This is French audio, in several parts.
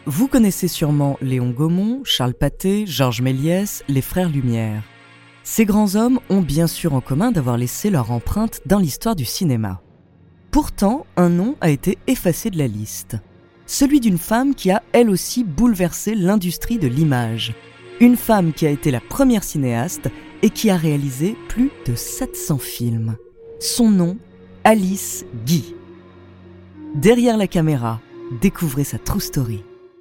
Vous connaissez sûrement Léon Gaumont, Charles Pathé, Georges Méliès, les frères Lumière. Ces grands hommes ont bien sûr en commun d'avoir laissé leur empreinte dans l'histoire du cinéma. Pourtant, un nom a été effacé de la liste. Celui d'une femme qui a, elle aussi, bouleversé l'industrie de l'image. Une femme qui a été la première cinéaste et qui a réalisé plus de 700 films. Son nom, Alice Guy. Derrière la caméra, découvrez sa true story.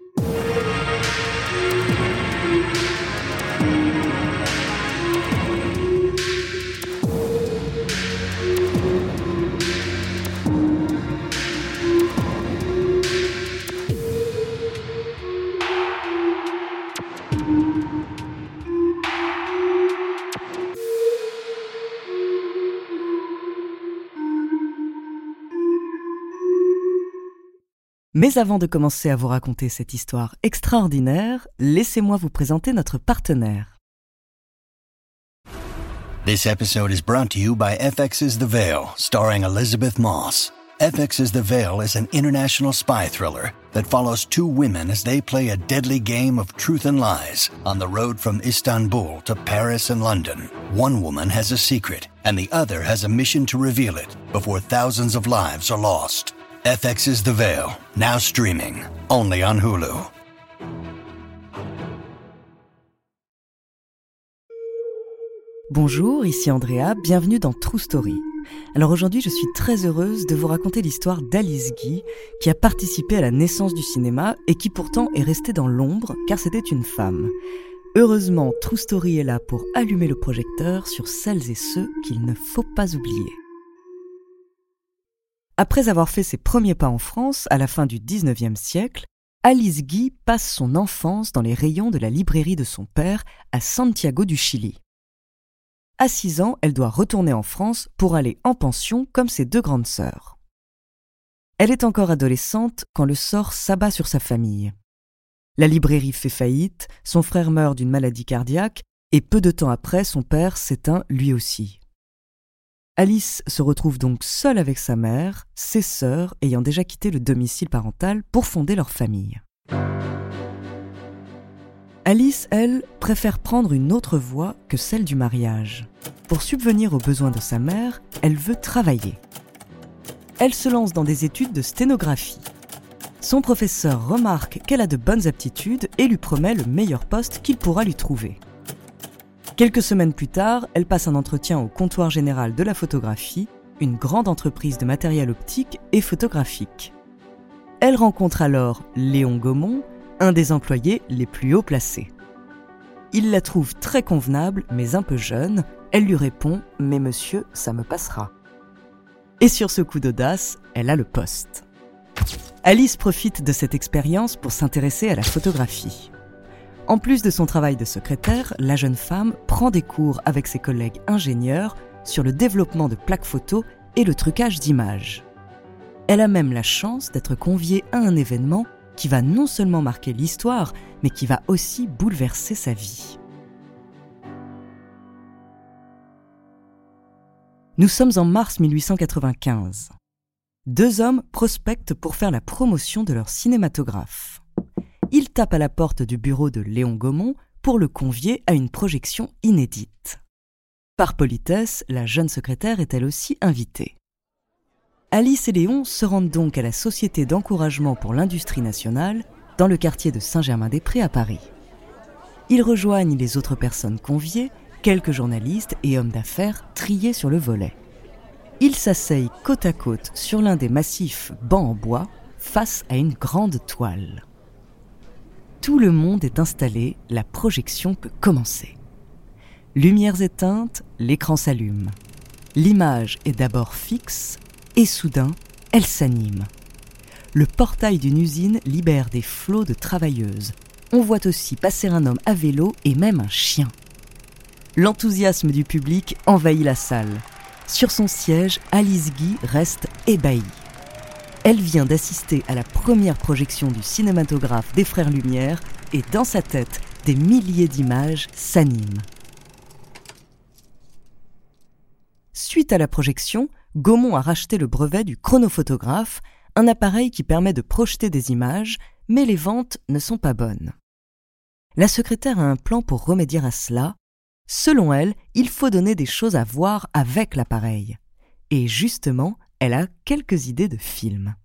Mais avant de commencer à vous raconter cette histoire extraordinaire, laissez-moi vous présenter notre partenaire. This episode is brought to you by FX's The Veil, starring Elizabeth Moss. FX's The Veil is an international spy thriller that follows two women as they play a deadly game of truth and lies on the road from Istanbul to Paris and London. One woman has a secret, and the other has a mission to reveal it before thousands of lives are lost. FX's The Veil, now streaming, only on Hulu. Bonjour, ici Andrea, bienvenue dans True Story. Alors aujourd'hui, je suis très heureuse de vous raconter l'histoire d'Alice Guy, qui a participé à la naissance du cinéma et qui pourtant est restée dans l'ombre car c'était une femme. Heureusement, True Story est là pour allumer le projecteur sur celles et ceux qu'il ne faut pas oublier. Après avoir fait ses premiers pas en France à la fin du XIXe siècle, Alice Guy passe son enfance dans les rayons de la librairie de son père à Santiago du Chili. À 6 ans, elle doit retourner en France pour aller en pension comme ses deux grandes sœurs. Elle est encore adolescente quand le sort s'abat sur sa famille. La librairie fait faillite, son frère meurt d'une maladie cardiaque et peu de temps après, son père s'éteint lui aussi. Alice se retrouve donc seule avec sa mère, ses sœurs ayant déjà quitté le domicile parental pour fonder leur famille. Alice, elle, préfère prendre une autre voie que celle du mariage. Pour subvenir aux besoins de sa mère, elle veut travailler. Elle se lance dans des études de sténographie. Son professeur remarque qu'elle a de bonnes aptitudes et lui promet le meilleur poste qu'il pourra lui trouver. Quelques semaines plus tard, elle passe un entretien au comptoir général de la photographie, une grande entreprise de matériel optique et photographique. Elle rencontre alors Léon Gaumont, un des employés les plus haut placés. Il la trouve très convenable, mais un peu jeune. Elle lui répond « Mais monsieur, ça me passera ». Et sur ce coup d'audace, elle a le poste. Alice profite de cette expérience pour s'intéresser à la photographie. En plus de son travail de secrétaire, la jeune femme prend des cours avec ses collègues ingénieurs sur le développement de plaques photo et le trucage d'images. Elle a même la chance d'être conviée à un événement qui va non seulement marquer l'histoire, mais qui va aussi bouleverser sa vie. Nous sommes en mars 1895. Deux hommes prospectent pour faire la promotion de leur cinématographe. Ils tapent à la porte du bureau de Léon Gaumont pour le convier à une projection inédite. Par politesse, la jeune secrétaire est elle aussi invitée. Alice et Léon se rendent donc à la Société d'encouragement pour l'industrie nationale, dans le quartier de Saint-Germain-des-Prés à Paris. Ils rejoignent les autres personnes conviées, quelques journalistes et hommes d'affaires triés sur le volet. Ils s'asseyent côte à côte sur l'un des massifs bancs en bois, face à une grande toile. Tout le monde est installé, la projection peut commencer. Lumières éteintes, l'écran s'allume. L'image est d'abord fixe et soudain, elle s'anime. Le portail d'une usine libère des flots de travailleuses. On voit aussi passer un homme à vélo et même un chien. L'enthousiasme du public envahit la salle. Sur son siège, Alice Guy reste ébahie. Elle vient d'assister à la première projection du cinématographe des frères Lumière et dans sa tête, des milliers d'images s'animent. Suite à la projection, Gaumont a racheté le brevet du chronophotographe, un appareil qui permet de projeter des images, mais les ventes ne sont pas bonnes. La secrétaire a un plan pour remédier à cela. Selon elle, il faut donner des choses à voir avec l'appareil. Et justement, elle a quelques idées de films.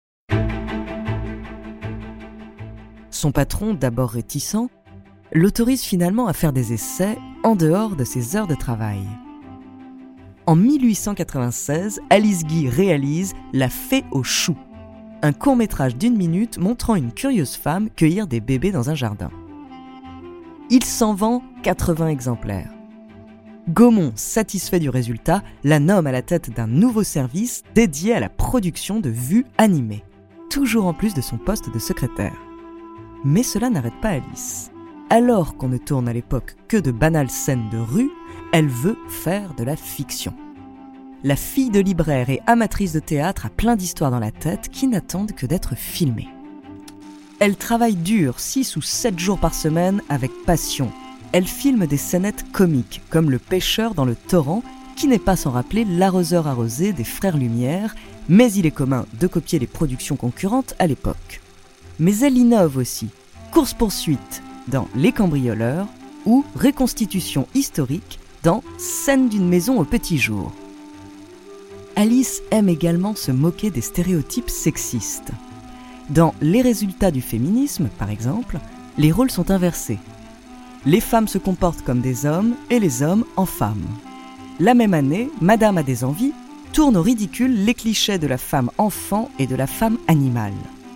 Son patron, d'abord réticent, l'autorise finalement à faire des essais en dehors de ses heures de travail. En 1896, Alice Guy réalise La Fée aux choux, un court-métrage d'1 minute montrant une curieuse femme cueillir des bébés dans un jardin. Il s'en vend 80 exemplaires. Gaumont, satisfait du résultat, la nomme à la tête d'un nouveau service dédié à la production de vues animées, toujours en plus de son poste de secrétaire. Mais cela n'arrête pas Alice. Alors qu'on ne tourne à l'époque que de banales scènes de rue, elle veut faire de la fiction. La fille de libraire et amatrice de théâtre a plein d'histoires dans la tête qui n'attendent que d'être filmées. Elle travaille dur 6 ou 7 jours par semaine avec passion. Elle filme des scénettes comiques, comme le pêcheur dans le torrent, qui n'est pas sans rappeler l'arroseur arrosé des frères Lumière, mais il est commun de copier les productions concurrentes à l'époque. Mais elle innove aussi. Course-poursuite dans Les Cambrioleurs ou reconstitution historique dans Scène d'une maison au petit jour. Alice aime également se moquer des stéréotypes sexistes. Dans Les résultats du féminisme, par exemple, les rôles sont inversés. Les femmes se comportent comme des hommes et les hommes en femmes. La même année, Madame a des envies tourne au ridicule les clichés de la femme enfant et de la femme animale.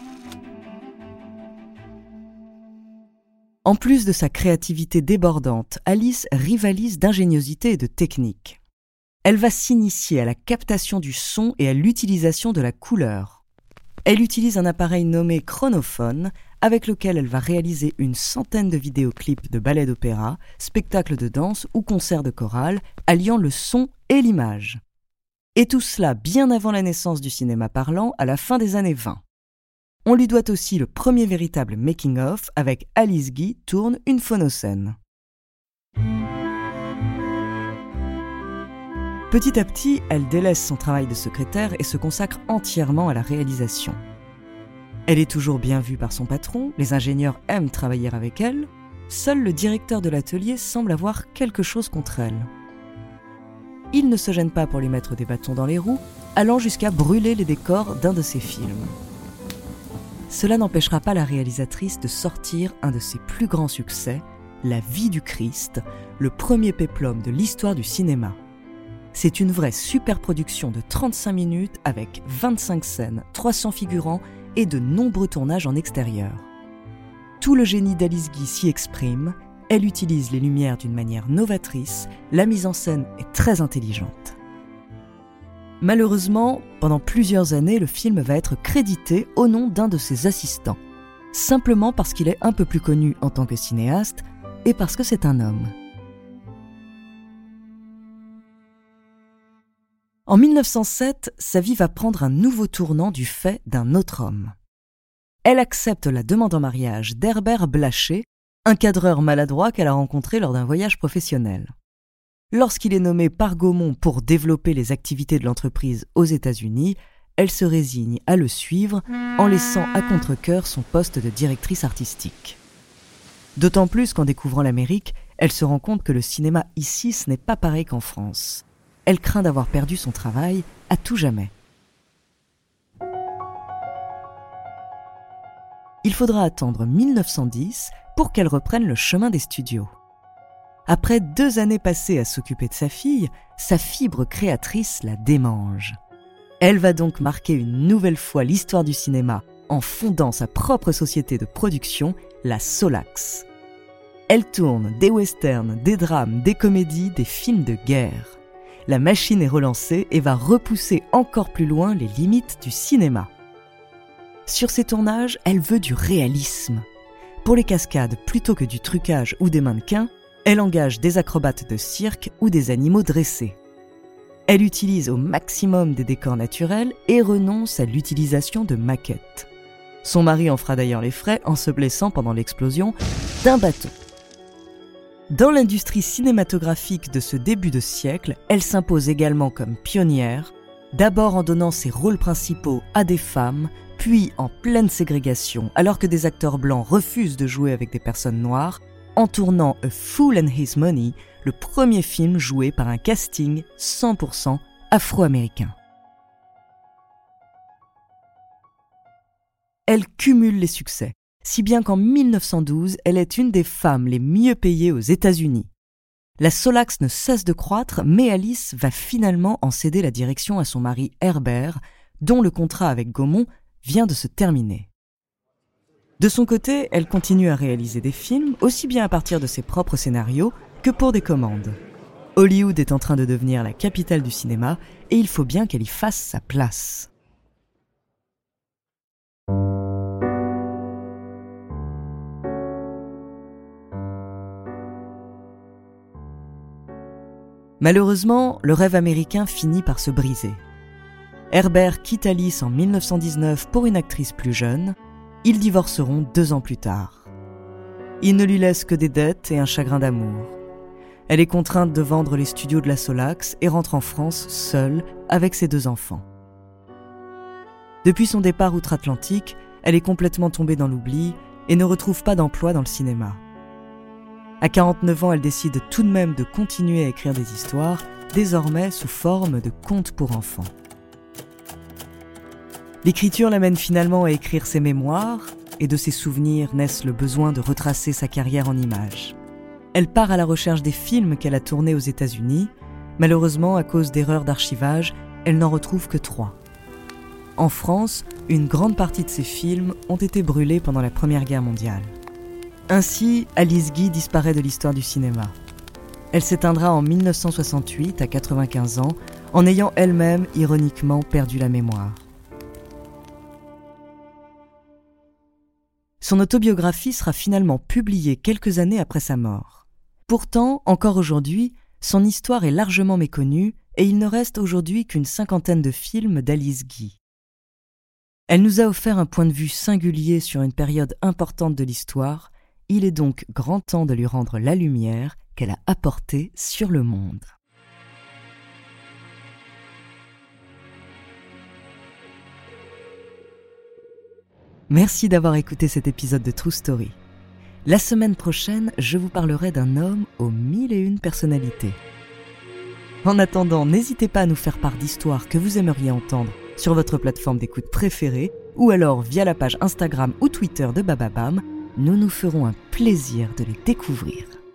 En plus de sa créativité débordante, Alice rivalise d'ingéniosité et de technique. Elle va s'initier à la captation du son et à l'utilisation de la couleur. Elle utilise un appareil nommé chronophone avec lequel elle va réaliser une centaine de vidéoclips de ballets d'opéra, spectacles de danse ou concerts de chorale, alliant le son et l'image. Et tout cela bien avant la naissance du cinéma parlant à la fin des années 20. On lui doit aussi le premier véritable making-of avec Alice Guy tourne une phonocène. Petit à petit, elle délaisse son travail de secrétaire et se consacre entièrement à la réalisation. Elle est toujours bien vue par son patron, les ingénieurs aiment travailler avec elle, seul le directeur de l'atelier semble avoir quelque chose contre elle. Il ne se gêne pas pour lui mettre des bâtons dans les roues, allant jusqu'à brûler les décors d'un de ses films. Cela n'empêchera pas la réalisatrice de sortir un de ses plus grands succès, La Vie du Christ, le premier péplum de l'histoire du cinéma. C'est une vraie superproduction de 35 minutes avec 25 scènes, 300 figurants et de nombreux tournages en extérieur. Tout le génie d'Alice Guy s'y exprime, elle utilise les lumières d'une manière novatrice, la mise en scène est très intelligente. Malheureusement, pendant plusieurs années, le film va être crédité au nom d'un de ses assistants, simplement parce qu'il est un peu plus connu en tant que cinéaste et parce que c'est un homme. En 1907, sa vie va prendre un nouveau tournant du fait d'un autre homme. Elle accepte la demande en mariage d'Herbert Blaché, un cadreur maladroit qu'elle a rencontré lors d'un voyage professionnel. Lorsqu'il est nommé par Gaumont pour développer les activités de l'entreprise aux États-Unis, elle se résigne à le suivre en laissant à contre-cœur son poste de directrice artistique. D'autant plus qu'en découvrant l'Amérique, elle se rend compte que le cinéma ici, ce n'est pas pareil qu'en France. Elle craint d'avoir perdu son travail à tout jamais. Il faudra attendre 1910 pour qu'elle reprenne le chemin des studios. Après 2 années passées à s'occuper de sa fibre créatrice la démange. Elle va donc marquer une nouvelle fois l'histoire du cinéma en fondant sa propre société de production, la Solax. Elle tourne des westerns, des drames, des comédies, des films de guerre. La machine est relancée et va repousser encore plus loin les limites du cinéma. Sur ses tournages, elle veut du réalisme. Pour les cascades, plutôt que du trucage ou des mannequins, elle engage des acrobates de cirque ou des animaux dressés. Elle utilise au maximum des décors naturels et renonce à l'utilisation de maquettes. Son mari en fera d'ailleurs les frais en se blessant pendant l'explosion d'un bateau. Dans l'industrie cinématographique de ce début de siècle, elle s'impose également comme pionnière, d'abord en donnant ses rôles principaux à des femmes, Puis, en pleine ségrégation, alors que des acteurs blancs refusent de jouer avec des personnes noires, en tournant A Fool and His Money, le premier film joué par un casting 100% afro-américain. Elle cumule les succès, si bien qu'en 1912, elle est une des femmes les mieux payées aux États-Unis. La Solax ne cesse de croître, mais Alice va finalement en céder la direction à son mari Herbert, dont le contrat avec Gaumont vient de se terminer. De son côté, elle continue à réaliser des films, aussi bien à partir de ses propres scénarios que pour des commandes. Hollywood est en train de devenir la capitale du cinéma et il faut bien qu'elle y fasse sa place. Malheureusement, le rêve américain finit par se briser. Herbert quitte Alice en 1919 pour une actrice plus jeune. Ils divorceront 2 ans plus tard. Il ne lui laisse que des dettes et un chagrin d'amour. Elle est contrainte de vendre les studios de la Solax et rentre en France seule avec ses 2 enfants. Depuis son départ outre-Atlantique, elle est complètement tombée dans l'oubli et ne retrouve pas d'emploi dans le cinéma. À 49 ans, elle décide tout de même de continuer à écrire des histoires, désormais sous forme de contes pour enfants. L'écriture l'amène finalement à écrire ses mémoires, et de ses souvenirs naissent le besoin de retracer sa carrière en images. Elle part à la recherche des films qu'elle a tournés aux États-Unis. Malheureusement, à cause d'erreurs d'archivage, elle n'en retrouve que 3. En France, une grande partie de ces films ont été brûlés pendant la Première Guerre mondiale. Ainsi, Alice Guy disparaît de l'histoire du cinéma. Elle s'éteindra en 1968, à 95 ans, en ayant elle-même ironiquement perdu la mémoire. Son autobiographie sera finalement publiée quelques années après sa mort. Pourtant, encore aujourd'hui, son histoire est largement méconnue et il ne reste aujourd'hui qu'une 50aine de films d'Alice Guy. Elle nous a offert un point de vue singulier sur une période importante de l'histoire. Il est donc grand temps de lui rendre la lumière qu'elle a apportée sur le monde. Merci d'avoir écouté cet épisode de True Story. La semaine prochaine, je vous parlerai d'un homme aux 1001 personnalités. En attendant, n'hésitez pas à nous faire part d'histoires que vous aimeriez entendre sur votre plateforme d'écoute préférée ou alors via la page Instagram ou Twitter de Bababam. Nous nous ferons un plaisir de les découvrir.